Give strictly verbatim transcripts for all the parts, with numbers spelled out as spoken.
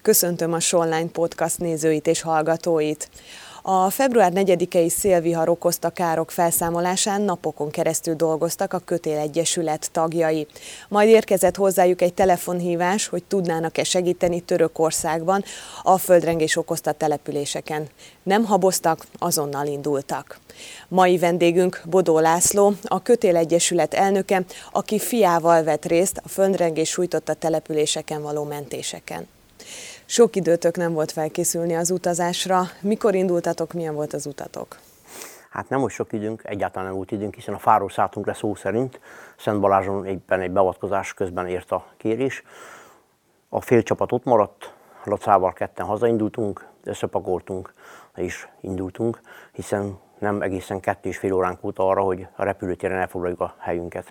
Köszöntöm a Sonline Podcast nézőit és hallgatóit. A február negyedikei szélvihar okozta károk felszámolásán napokon keresztül dolgoztak a Kötél-Egyesület tagjai. Majd érkezett hozzájuk egy telefonhívás, hogy tudnának-e segíteni Törökországban a földrengés okozta településeken. Nem haboztak, azonnal indultak. Mai vendégünk Bodó László, a Kötél-Egyesület elnöke, aki fiával vett részt a földrengés sújtotta településeken való mentéseken. Sok időtök nem volt felkészülni az utazásra. Mikor indultatok, milyen volt az utatok? Hát nem volt sok időnk, egyáltalán nem volt időnk, hiszen a fáról szálltunk le szó szerint. Szent Balázson éppen egy beavatkozás közben ért a kérés. A fél csapat ott maradt, Lacával ketten hazaindultunk, összepakoltunk és indultunk, hiszen nem egészen kettő és fél óránk volt arra, hogy a repülőtéren elfoglaljuk a helyünket.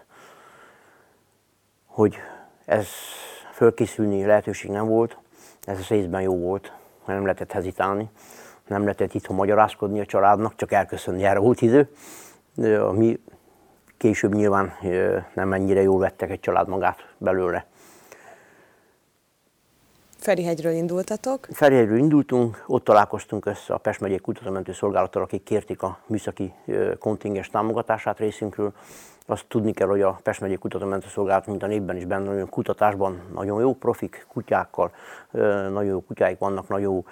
Hogy ez fölkészülni lehetőség nem volt, ez a részben jó volt, mert nem lehetett hezitálni, nem lehetett itthon magyarázkodni a családnak, csak elköszönni, erre volt idő. Mi később nyilván nem ennyire jól vettek egy család magát belőle. Ferihegyről indultatok? Ferihegyről indultunk, ott találkoztunk össze a Pest megyei Kutatásmentő Szolgálattal, akik kérték a műszaki kontingens támogatását részünkről. Azt tudni kell, hogy a Pest megyei Kutatásmentő Szolgálat, mint a névben is benne, olyan kutatásban nagyon jó profik, kutyákkal, nagyon jó kutyáik vannak, nagyon jó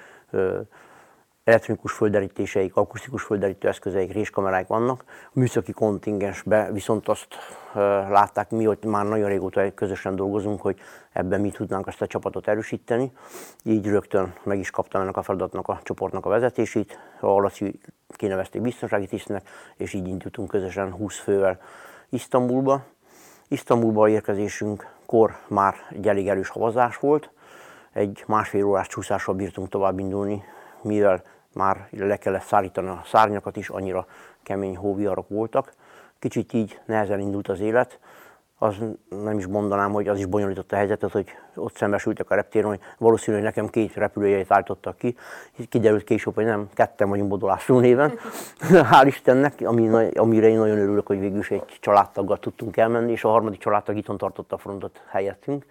elektronikus földderítéseik, akusztikus földderítő eszközeik, réskameráik vannak. A műszaki kontingensbe viszont azt látták mi, hogy már nagyon régóta közösen dolgozunk, hogy ebben mi tudnánk azt a csapatot erősíteni. Így rögtön meg is kaptam ennek a feladatnak a csoportnak a vezetését. A Laci kinevezték biztonsági tisztnek, és így indultunk közösen húsz fővel Isztambulba. Isztambulba érkezésünkkor már egy elég erős havazás volt. Egy másfél órás csúszással bírtunk tovább indulni, mivel már le kellett szállítani a szárnyakat is, annyira kemény hóviharok voltak. Kicsit így nehezen indult az élet. Az nem is mondanám, hogy az is bonyolította a helyzetet, hogy ott szembesültek a reptéren, hogy valószínű, hogy nekem két repülőjegyet állítottak ki. Kiderült később, hogy nem, ketten vagyunk Bodó László néven. Hál' Istennek, amire én nagyon örülök, hogy végül is egy családtaggal tudtunk elmenni, és a harmadik családtag itthon tartotta a frontot helyettünk.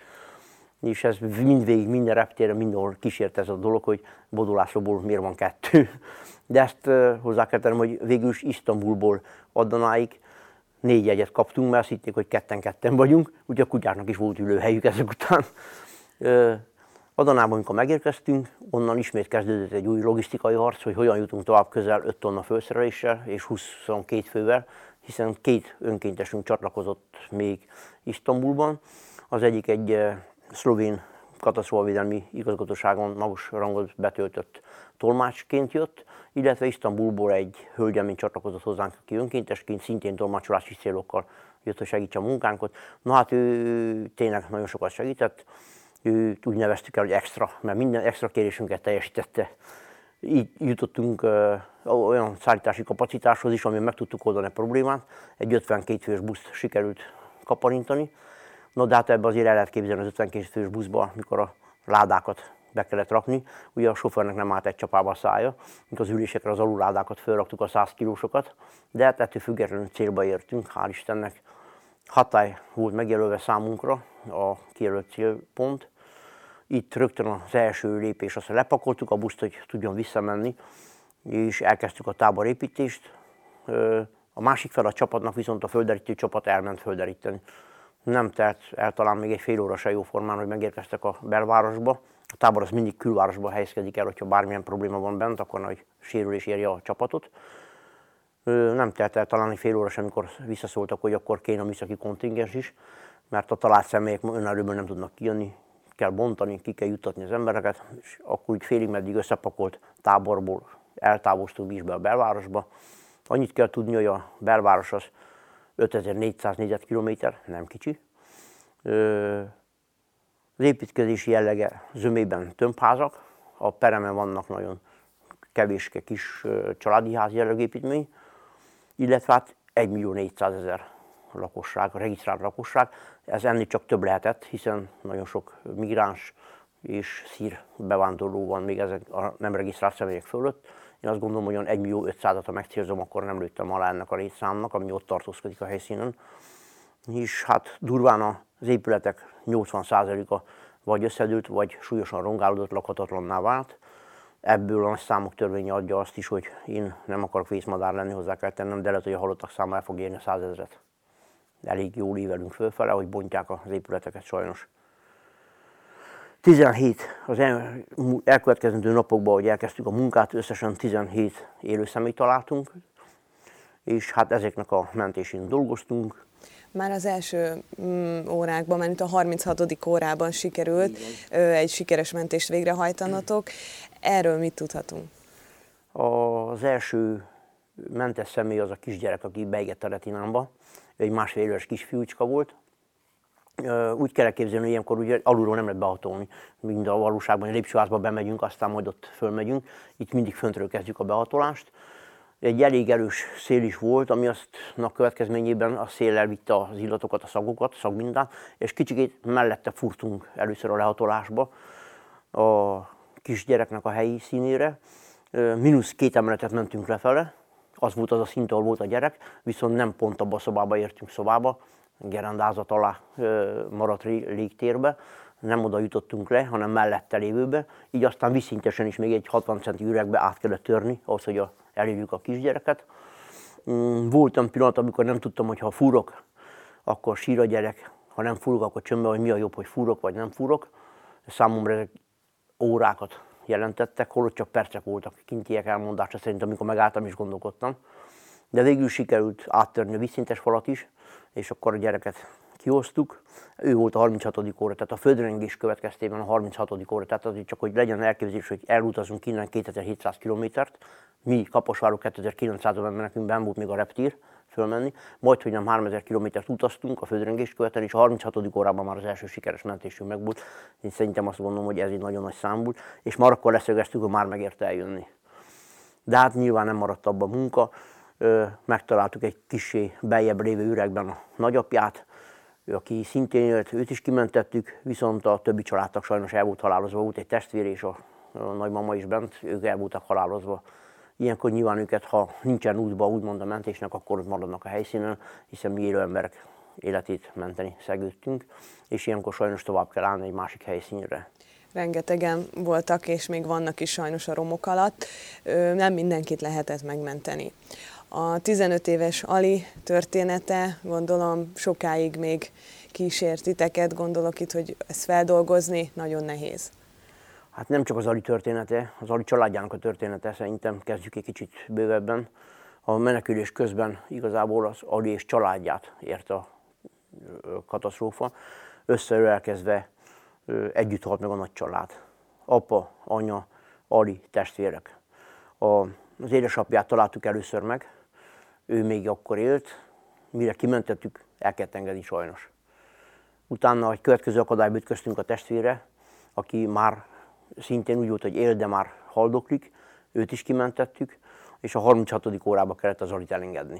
És ez mindvégig, minden reptéren, mindenhol kísért ez a dolog, hogy Bodó Lászlóból miért van kettő. De ezt uh, hozzá kell tennem, hogy végül is Isztambulból Adanáig négy jegyet kaptunk, mert azt hitték, hogy ketten-ketten vagyunk, úgyhogy a kutyáknak is volt ülőhelyük ezek után. Uh, Adanában, amikor megérkeztünk, onnan ismét kezdődött egy új logisztikai harc, hogy hogyan jutunk tovább közel öt tonna felszereléssel és huszonkettő fővel, hiszen két önkéntesünk csatlakozott még Isztambulban. Az egyik egy uh, szlovén katasztrófavédelmi igazgatóságon magas rangot betöltött tolmácsként jött, illetve Isztambulból egy hölgyemény csatlakozott hozzánk, aki önkéntesként, szintén tolmácsolási célokkal jött, hogy segítse a munkánkat. Na hát ő tényleg nagyon sokat segített, őt úgy neveztük el, hogy extra, mert minden extra kérésünket teljesítette. Így jutottunk ö, olyan szállítási kapacitáshoz is, amivel meg tudtuk oldani a problémát. Egy ötvenkét fős buszt sikerült kaparintani. No, de hát ebben azért el lehet képzelni az ötvenkét fős buszba, mikor a ládákat be kellett rakni. Ugye a sofőrnek nem állt egy csapába a szája, mikor az ülésekre az alulládákat felraktuk, a száz kilósokat, de hát ettől függetlenül célba értünk, hál' Istennek. Hatay volt megjelölve számunkra a kijelölt célpont. Itt rögtön az első lépés az, hogy lepakoltuk a buszt, hogy tudjon visszamenni, és elkezdtük a táborépítést. A másik fel a csapatnak viszont a földderítő csapat elment földderíteni. Nem telt el talán még egy fél óra se jóformán, hogy megérkeztek a belvárosba. A tábor az mindig külvárosba helyezkedik el, hogyha bármilyen probléma van bent, akkor nagy sérülés érje a csapatot. Nem telt el talán egy fél óra sem, amikor visszaszóltak, hogy akkor kéne a műszaki kontingens is, mert a talált személyek önerőből nem tudnak kijönni, kell bontani, ki kell juttatni az embereket, és akkor úgy félig meddig összepakolt táborból eltávoztunk is be a belvárosba. Annyit kell tudni, hogy a belváros az ötezer-négyszáz négyzetkilométer, nem kicsi. Az építkezési jellege zömében tömbházak, a peremen vannak nagyon kevéske kis családi ház jellegű építmény, illetve hát egymillió négyszázezer lakosság, regisztrált lakosság. Ez ennél csak több lehetett, hiszen nagyon sok migráns és szír bevándorló van még ezek a nem regisztrált személyek fölött. Én azt gondolom, hogy olyan egymillió ötszázat, ha megcélzom, akkor nem lőttem alá ennek a létszámnak, ami ott tartózkodik a helyszínen. És hát durván az épületek nyolcvan százaléka vagy összedőlt, vagy súlyosan rongálódott, lakhatatlanná vált. Ebből a nagy számok törvénye adja azt is, hogy én nem akarok vészmadár lenni, hozzá kell tennem, de lehet, hogy a halottak száma el fog érni a százezret. Elég jól ívelünk fölfele, hogy bontják az épületeket sajnos. tizenhét az el, elkövetkezendő napokban, hogy elkezdtük a munkát, összesen tizenhét élő személyt találtunk, és hát ezeknek a mentésén dolgoztunk. Már az első mm, órákban, mert a harminchatodik órában sikerült ö, egy sikeres mentést végrehajtanatok. Erről mit tudhatunk? Az első mentes személy az a kisgyerek, aki beégett a retinámba. Egy másfél éves kisfiúcska volt. Úgy kell elképzelni, hogy ilyenkor ugye alulról nem lehet behatolni. Mind a valóságban, a lépcsőházba bemegyünk, aztán majd ott fölmegyünk. Itt mindig föntről kezdjük a behatolást. Egy elég erős szél is volt, ami aztnak következményében a szél elvitte az illatokat, a szagokat, a szagmintát, és kicsikét mellette furtunk először a lehatolásba a kisgyereknek a helyi színére. Mínusz két emeletet mentünk lefele, az volt az a szint, ahol volt a gyerek, viszont nem pont abba a szobába értünk szobába, gerendázat alá maradt légtérbe, nem oda jutottunk le, hanem mellette lévőbe, így aztán vízszintesen is még egy hatvan centi üregbe át kellett törni, ahhoz, hogy elérjük a kisgyereket. Volt olyan pillanat, amikor nem tudtam, hogy ha fúrok, akkor sír a gyerek, ha nem fúrok, akkor csömbbe, hogy mi a jobb, hogy fúrok vagy nem fúrok. Számomra ezek órákat jelentettek, holott csak percek voltak, kintiek elmondása szerint, amikor megálltam is gondolkodtam. De végül sikerült áttörni a vízszintes falat is, és akkor a gyereket kihoztuk. Ő volt a harminchatodik óra, tehát a földrengés következtében a harminchatodik óra, tehát azért csak, hogy legyen elképzelés, hogy elutazunk innen kétezer-hétszáz kilométert, mi Kaposvárról kétezer-kilencszázon menekünk, benn volt még a reptír fölmenni, majd, hogy nem háromezer kilométert utaztunk a földrengést követően, és a harminchatodik órában már az első sikeres mentésünk megvolt. Én szerintem azt gondolom, hogy ez egy nagyon nagy szám volt, és már akkor leszögeztük, hogy már megérte eljönni. De hát nyilván nem maradt abban a munka, megtaláltuk egy kissé beljebb lévő üregben a nagyapját, ő, aki szintén élt, őt is kimentettük, viszont a többi családtag sajnos el volt halálozva, volt egy testvér és a, a nagymama is bent, ők el voltak halálozva. Ilyenkor nyilván őket, ha nincsen útba úgymond a mentésnek, akkor ott maradnak a helyszínen, hiszen mi élő emberek életét menteni szegődtünk, és ilyenkor sajnos tovább kell állni egy másik helyszínre. Rengetegen voltak, és még vannak is sajnos a romok alatt. Nem mindenkit lehetett megmenteni. A tizenöt éves Ali története, gondolom, sokáig még kísért titeket, gondolok itt, hogy ezt feldolgozni nagyon nehéz. Hát nem csak az Ali története, az Ali családjának a története, szerintem kezdjük egy kicsit bővebben. A menekülés közben igazából az Ali és családját ért a katasztrófa. Összeről elkezdve együtt halt meg a nagy család. Apa, anya, Ali, testvérek. A, az édesapját találtuk először meg, ő még akkor élt, mire kimentettük, el kellett engedni sajnos. Utána egy következő akadályba ütköztünk a testvére, aki már szintén úgy volt, hogy él, de már haldoklik, őt is kimentettük, és a harminchatodik órába kellett az Alit elengedni.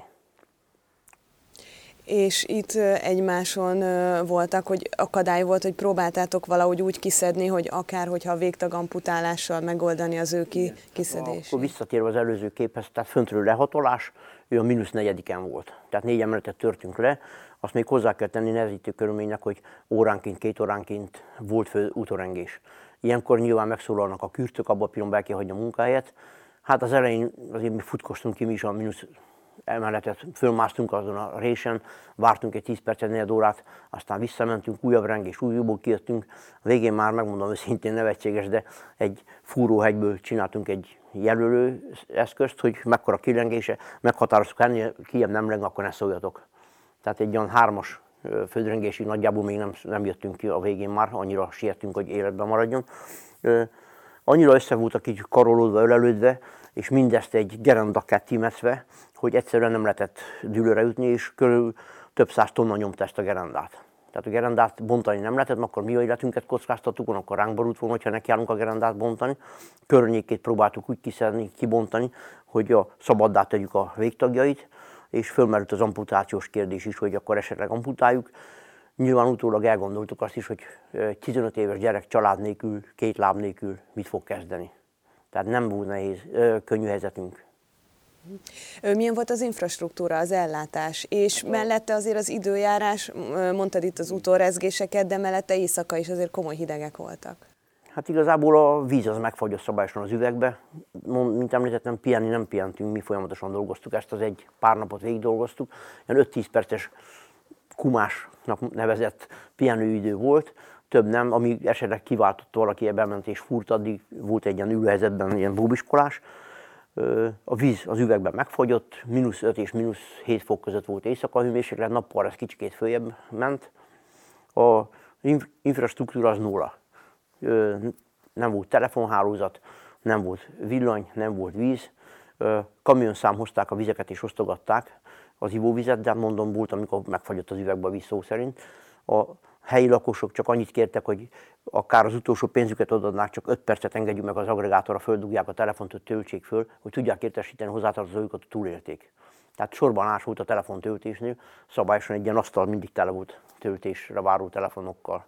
És itt egymáson voltak, hogy akadály volt, hogy próbáltátok valahogy úgy kiszedni, hogy akár, hogyha végtagamputálással megoldani az ő ki, kiszedését. Akkor visszatérve az előző képhez, tehát föntről lehatolás, ő a mínusz negyediken volt. Tehát négy emeletet törtünk le, azt még hozzá kell tenni nehezítő körülménynek, hogy óránként, két óránként volt föl útorengés. Ilyenkor nyilván megszólalnak a kürtök, abban a pillanatban el kell hagyni a munkáját. Hát az elején azért mi futkostunk ki, mi is a mínusz emeletet fölmásztunk azon a résen, vártunk egy tíz percet, negyed órát, aztán visszamentünk, újabb rengés, újból kijöttünk. A végén már megmondom őszintén nevetséges, de egy fúróhegyből csináltunk egy jelölő eszközt, hogy mekkora kilengése, meghatároztuk, ennél kijebb nem reng, akkor ne szóljatok. Tehát egy olyan hármas földrengésig nagyjából még nem, nem jöttünk ki a végén már, annyira siettünk, hogy életben maradjon. Annyira össze voltak így karolódva, ölelődve, és mindezt egy gerendakkel tímezve, hogy egyszerűen nem lehetett dűlőre jutni, és körül több száz tonna nyomta ezt a gerendát. Tehát a gerendát bontani nem lehetett, akkor mi a életünket kockáztattuk, akkor ránk borult volna, hogyha nekiállunk a gerendát bontani. Környékét próbáltuk úgy kiszedni, kibontani, hogy a szabaddá tegyük a végtagjait, és fölmerült az amputációs kérdés is, hogy akkor esetleg amputáljuk. Nyilván utólag elgondoltuk azt is, hogy egy tizenöt éves gyerek család nélkül, két láb nélkül mit fog kezdeni. Tehát nem volt nehéz, könnyű helyzetünk. Milyen volt az infrastruktúra, az ellátás? És mellette azért az időjárás, mondtad itt az utórezgéseket, de mellette éjszaka is azért komoly hidegek voltak. Hát igazából a víz az megfagyott szabályosan az üvegbe. Mint említettem, pihenni nem pihentünk, mi folyamatosan dolgoztuk, ezt az egy pár napot végig dolgoztuk. Ilyen öt-tíz perces kumásnak nevezett pihenőidő volt, több nem, amíg esetleg kiváltott valaki, bement és fúrt, addig volt egy ilyen ülőhelyzetben ilyen bóbiskolás. A víz az üvegben megfagyott, mínusz öt és mínusz hét fok között volt éjszaka hőmérséklet, nappal ez kicsikét följebb ment. A infrastruktúra az nulla. Nem volt telefonhálózat, nem volt villany, nem volt víz. Kamionszám hozták a vizeket és osztogatták az ivóvizet, de mondom, volt, amikor megfagyott az üvegbe a víz szó szerint. A helyi lakosok csak annyit kértek, hogy akár az utolsó pénzüket odaadnák, csak öt percet engedjük meg az agregátorra, földugják a telefont, hogy töltsék föl, hogy tudják értesíteni hozzátartozóikat, hogy túlélték. Tehát sorban állás volt a telefontöltésnél, szabályosan egy ilyen asztal mindig tele volt töltésre váró telefonokkal.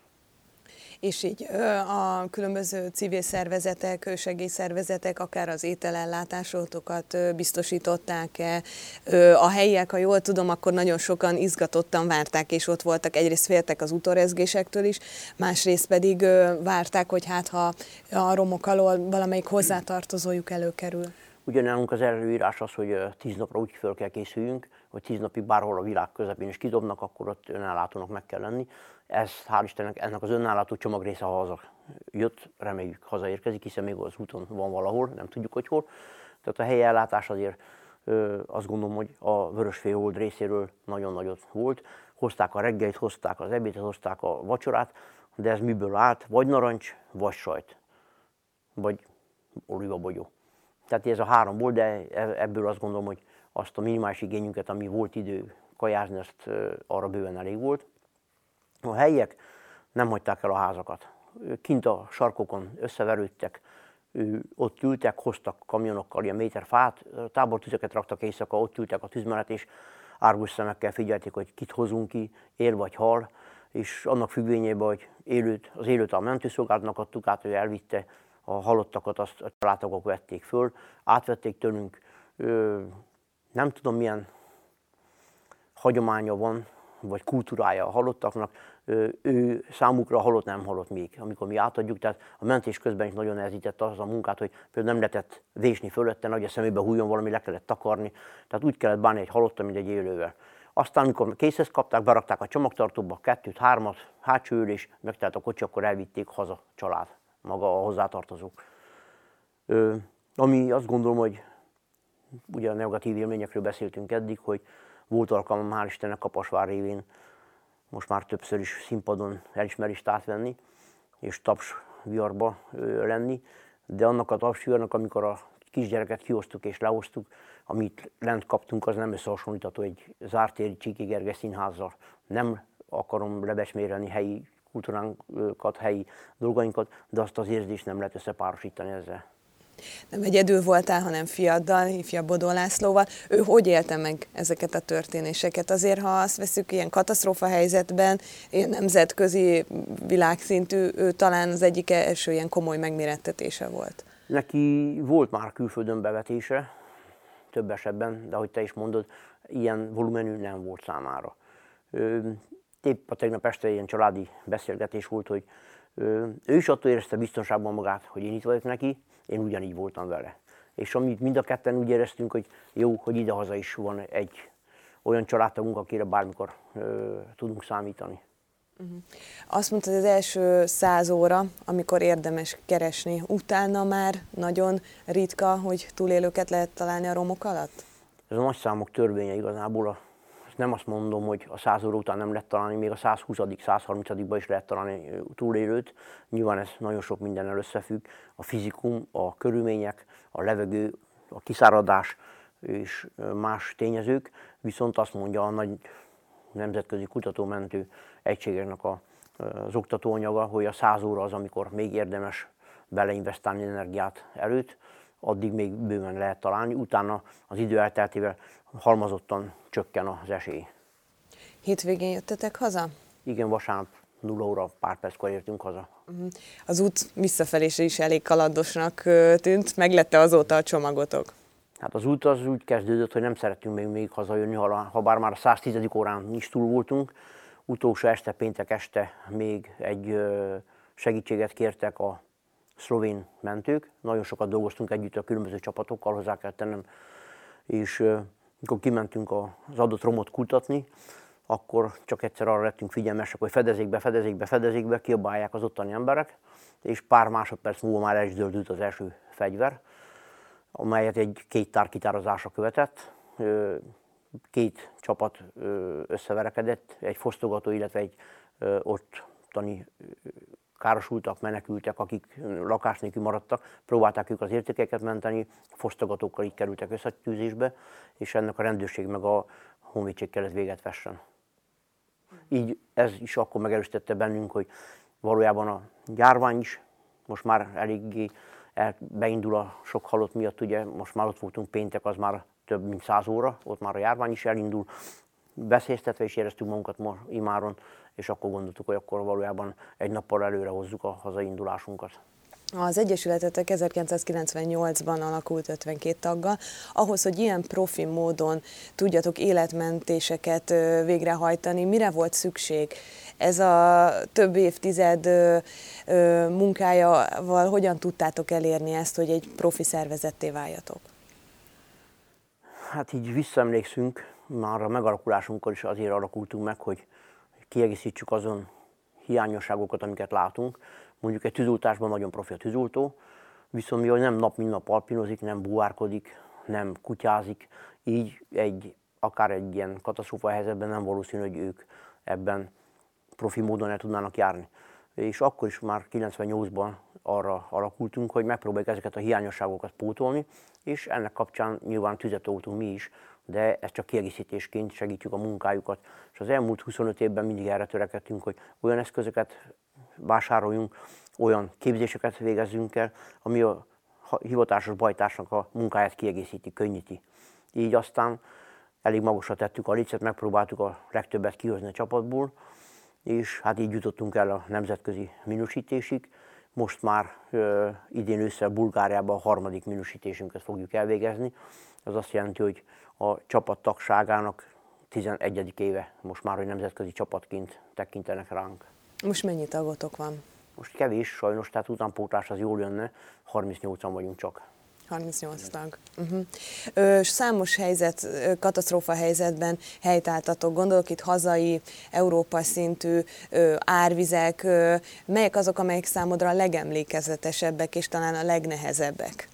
És így a különböző civil szervezetek, segélyszervezetek, akár az ételellátásotokat biztosították-e? A helyiek, ha jól tudom, akkor nagyon sokan izgatottan várták, és ott voltak. Egyrészt féltek az utórezgésektől is, másrészt pedig várták, hogy hát ha a romok alól valamelyik hozzátartozójuk előkerül. Ugye nálunk az előírás az, hogy tíz napra úgy föl kell készüljünk, hogy tíz napig bárhol a világ közepén is kidobnak, akkor ott önellátónak meg kell lenni. Ez, hál' Istennek, ennek az önellátó csomagrésze, ha haza jött, reméljük hazaérkezik, hiszen még az úton van valahol, nem tudjuk, hogy hol. Tehát a helyi ellátás azért ö, azt gondolom, hogy a Vörösfélhold részéről nagyon nagyot volt. Hozták a reggelit, hozták az ebédet, hozták a vacsorát, de ez miből állt? Vagy narancs, vagy sajt, vagy olívabogyó. Tehát ez a három volt, de ebből azt gondolom, hogy azt a minimális igényünket, ami volt idő kajázni, azt arra bőven elég volt. A helyiek nem hagyták el a házakat. Kint a sarkokon összeverődtek, ott ültek, hoztak kamionokkal ilyen méter fát, tábortüzeket raktak éjszaka, ott ültek a tűz mellett, és árgus szemekkel figyelték, hogy kit hozunk ki, él vagy hal, és annak függvényében, hogy élőt, az élőt a mentőszolgálatnak adtuk át, hogy elvitte, a halottakat azt a családtagok vették föl, átvették tőlünk, ö, nem tudom milyen hagyománya van, vagy kultúrája a halottaknak, ö, ő számukra a halott nem halott még, amikor mi átadjuk, tehát a mentés közben is nagyon nehezítette az a munkát, hogy például nem lehetett vésni fölötte, hogy a szemébe hújjon valami, le kellett takarni, tehát úgy kellett bánni egy halottal, mint egy élővel. Aztán, amikor készhez kapták, berakták a csomagtartóba, kettőt, hármat, hátsó ülés, megtelt a kocsi, akkor elvitték haza család, maga a hozzátartozók. Ö, ami azt gondolom, hogy ugye a negatív élményekről beszéltünk eddig, hogy volt alkalmam, hál' Istennek, Kaposvár révén most már többször is színpadon elismerést átvenni, és tapsviharba lenni, de annak a tapsviharnak, amikor a kisgyereket kihoztuk és lehoztuk, amit lent kaptunk, az nem összehasonlítható egy zártéri Csíki Gergely színházzal. Nem akarom lebecsmérelni helyi kultúránkat, helyi dolgainkat, de azt az érzést nem lehet összepárosítani ezzel. Nem egyedül voltál, hanem fiaddal, ifjabb Bodó Lászlóval. Ő hogy élte meg ezeket a történéseket? Azért, ha azt veszük ilyen katasztrófa helyzetben, ilyen nemzetközi, világszintű, ő talán az egyik első ilyen komoly megmérettetése volt. Neki volt már külföldön bevetése, több esetben, de ahogy te is mondod, ilyen volumenű nem volt számára. Épp a tegnap este ilyen családi beszélgetés volt, hogy ő is attól érezte biztonságban magát, hogy én itt vagyok neki, én ugyanígy voltam vele. És amit mind a ketten úgy éreztünk, hogy jó, hogy idehaza is van egy olyan családtagunk, akire bármikor ö, tudunk számítani. Uh-huh. Azt mondtad, az első száz óra, amikor érdemes keresni, utána már nagyon ritka, hogy túlélőket lehet találni a romok alatt? Ez a nagy számok törvénye igazából. Nem azt mondom, hogy a száz óra után nem lehet találni, még a százhúsz százharminc is lehet találni túlélőt. Nyilván ez nagyon sok mindennel összefügg. A fizikum, a körülmények, a levegő, a kiszáradás és más tényezők. Viszont azt mondja a nagy nemzetközi kutatómentő egységeknek az oktatóanyaga, hogy a száz óra az, amikor még érdemes beleinvestálni energiát előtt, addig még bőven lehet találni, utána az idő elteltével halmazottan csökken az esély. Hétvégén jöttetek haza? Igen, vasárnap nulla óra pár perckor értünk haza. Az út visszafelé is elég kalandosnak tűnt, meglette azóta a csomagotok? Hát az út az úgy kezdődött, hogy nem szerettünk még, még hazajönni, ha bár már a száztizedik órán is túl voltunk. Utolsó este, péntek este még egy segítséget kértek a szlovén mentők. Nagyon sokat dolgoztunk együtt a különböző csapatokkal, hozzá kell tennem. És amikor kimentünk az adott romot kutatni, akkor csak egyszer arra lettünk figyelmesek, hogy fedezékbe, fedezékbe, fedezékbe, kiabálják az ottani emberek, és pár másodperc múlva már el is döldült az első fegyver, amelyet egy két tárkitározásra követett. Két csapat összeverekedett, egy fosztogató, illetve egy ottani károsultak, menekültek, akik lakás nélkül maradtak, próbálták ők az értékeket menteni, fosztogatókkal így kerültek összetűzésbe, és ennek a rendőrség meg a honvédség kellett véget vessen. Így ez is akkor megerősítette bennünk, hogy valójában a járvány is most már eléggé beindul a sok halott miatt, ugye most már ott voltunk péntek, az már több mint száz óra, ott már a járvány is elindul, veszélyeztetve is éreztük magunkat ma imáron, és akkor gondoltuk, hogy akkor valójában egy nappal előre hozzuk a hazaindulásunkat. Az Egyesületetek ezerkilencszázkilencvennyolcban alakult ötvenkét taggal. Ahhoz, hogy ilyen profi módon tudjatok életmentéseket végrehajtani, mire volt szükség? Ez a több évtized munkájával hogyan tudtátok elérni ezt, hogy egy profi szervezetté váljatok? Hát így visszaemlékszünk, már a megalakulásunkkor is azért alakultunk meg, hogy kiegészítsük azon hiányosságokat, amiket látunk. Mondjuk egy tűzoltásban nagyon profi a tűzoltó, viszont mivel nem nap mint nap alpinozik, nem búvárkodik, nem kutyázik, így egy, akár egy ilyen katasztrófa helyzetben nem valószínű, hogy ők ebben profi módon el tudnának járni. És akkor is már kilencvennyolcban arra alakultunk, hogy megpróbáljuk ezeket a hiányosságokat pótolni, és ennek kapcsán nyilván tüzet oltunk mi is, de ez csak kiegészítésként segítjük a munkájukat. És az elmúlt huszonöt évben mindig erre törekedtünk, hogy olyan eszközöket vásároljunk, olyan képzéseket végezzünk el, ami a hivatásos bajtársnak a munkáját kiegészíti, könnyíti. Így aztán elég magasra tettük a lécet, megpróbáltuk a legtöbbet kihozni a csapatból, és hát így jutottunk el a nemzetközi minősítésig. Most már ö, idén ősszel Bulgáriában a harmadik minősítésünket fogjuk elvégezni. Az azt jelenti, hogy a csapat tagságának tizenegyedik éve most már, hogy nemzetközi csapatként tekintenek ránk. Most mennyi tagotok van? Most kevés, sajnos, tehát utánpótlás az jól jönne, harmincnyolcan vagyunk csak. harmincnyolc tag. Uh-huh. Ö, számos helyzet, katasztrófa helyzetben helytálltatok, gondolok itt hazai, Európa szintű ö, árvizek, ö, melyek azok, amelyek számodra a legemlékezetesebbek és talán a legnehezebbek?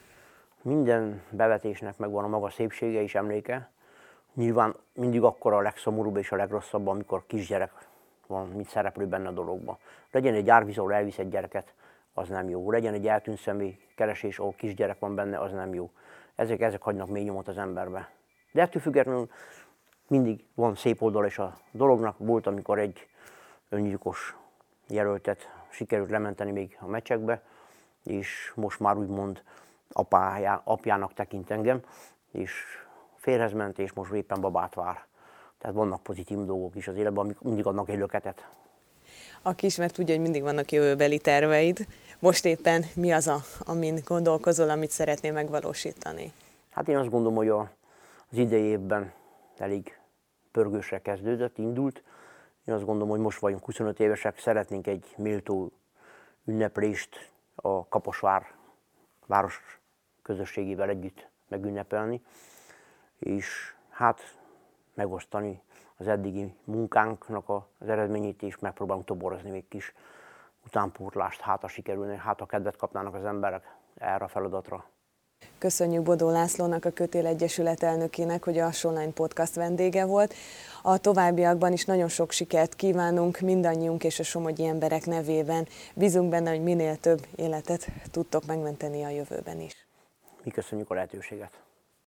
Minden bevetésnek megvan a maga szépsége és emléke. Nyilván mindig akkor a legszomorúbb és a legrosszabb, amikor kisgyerek van, mint szereplő benne a dologban. Legyen egy árvíz, ahol elvisz egy gyereket, az nem jó. Legyen egy eltűnt személy keresés, ahol kisgyerek van benne, az nem jó. Ezek, ezek hagynak mély nyomot az emberbe. De ettől függetlenül mindig van szép oldal is a dolognak. Volt, amikor egy öngyilkos jelöltet sikerült lementeni még a meccsekbe, és most már úgymond apájá, apjának tekint engem, és férhez ment, és most éppen babát vár. Tehát vannak pozitív dolgok is az életben, amik mindig adnak egy löketet. Aki ismert tudja, hogy mindig vannak jövőbeli terveid. Most éppen mi az, a, amin gondolkozol, amit szeretnél megvalósítani? Hát én azt gondolom, hogy a, az idei évben elég pörgősre kezdődött, indult. Én azt gondolom, hogy most vagyunk huszonöt évesek, szeretnénk egy méltó ünneplést a Kaposvár város közösségével együtt megünnepelni, és hát megosztani az eddigi munkánknak az eredményét, és megpróbálunk toborozni még kis utánpótlást, hát ha sikerülne, hát ha kedvet kapnának az emberek erre a feladatra. Köszönjük Bodó Lászlónak, a Kötél Egyesület elnökének, hogy a Shoreline Podcast vendége volt. A továbbiakban is nagyon sok sikert kívánunk mindannyiunk és a somogyi emberek nevében. Bízunk benne, hogy minél több életet tudtok megmenteni a jövőben is. Mi köszönjük a lehetőséget.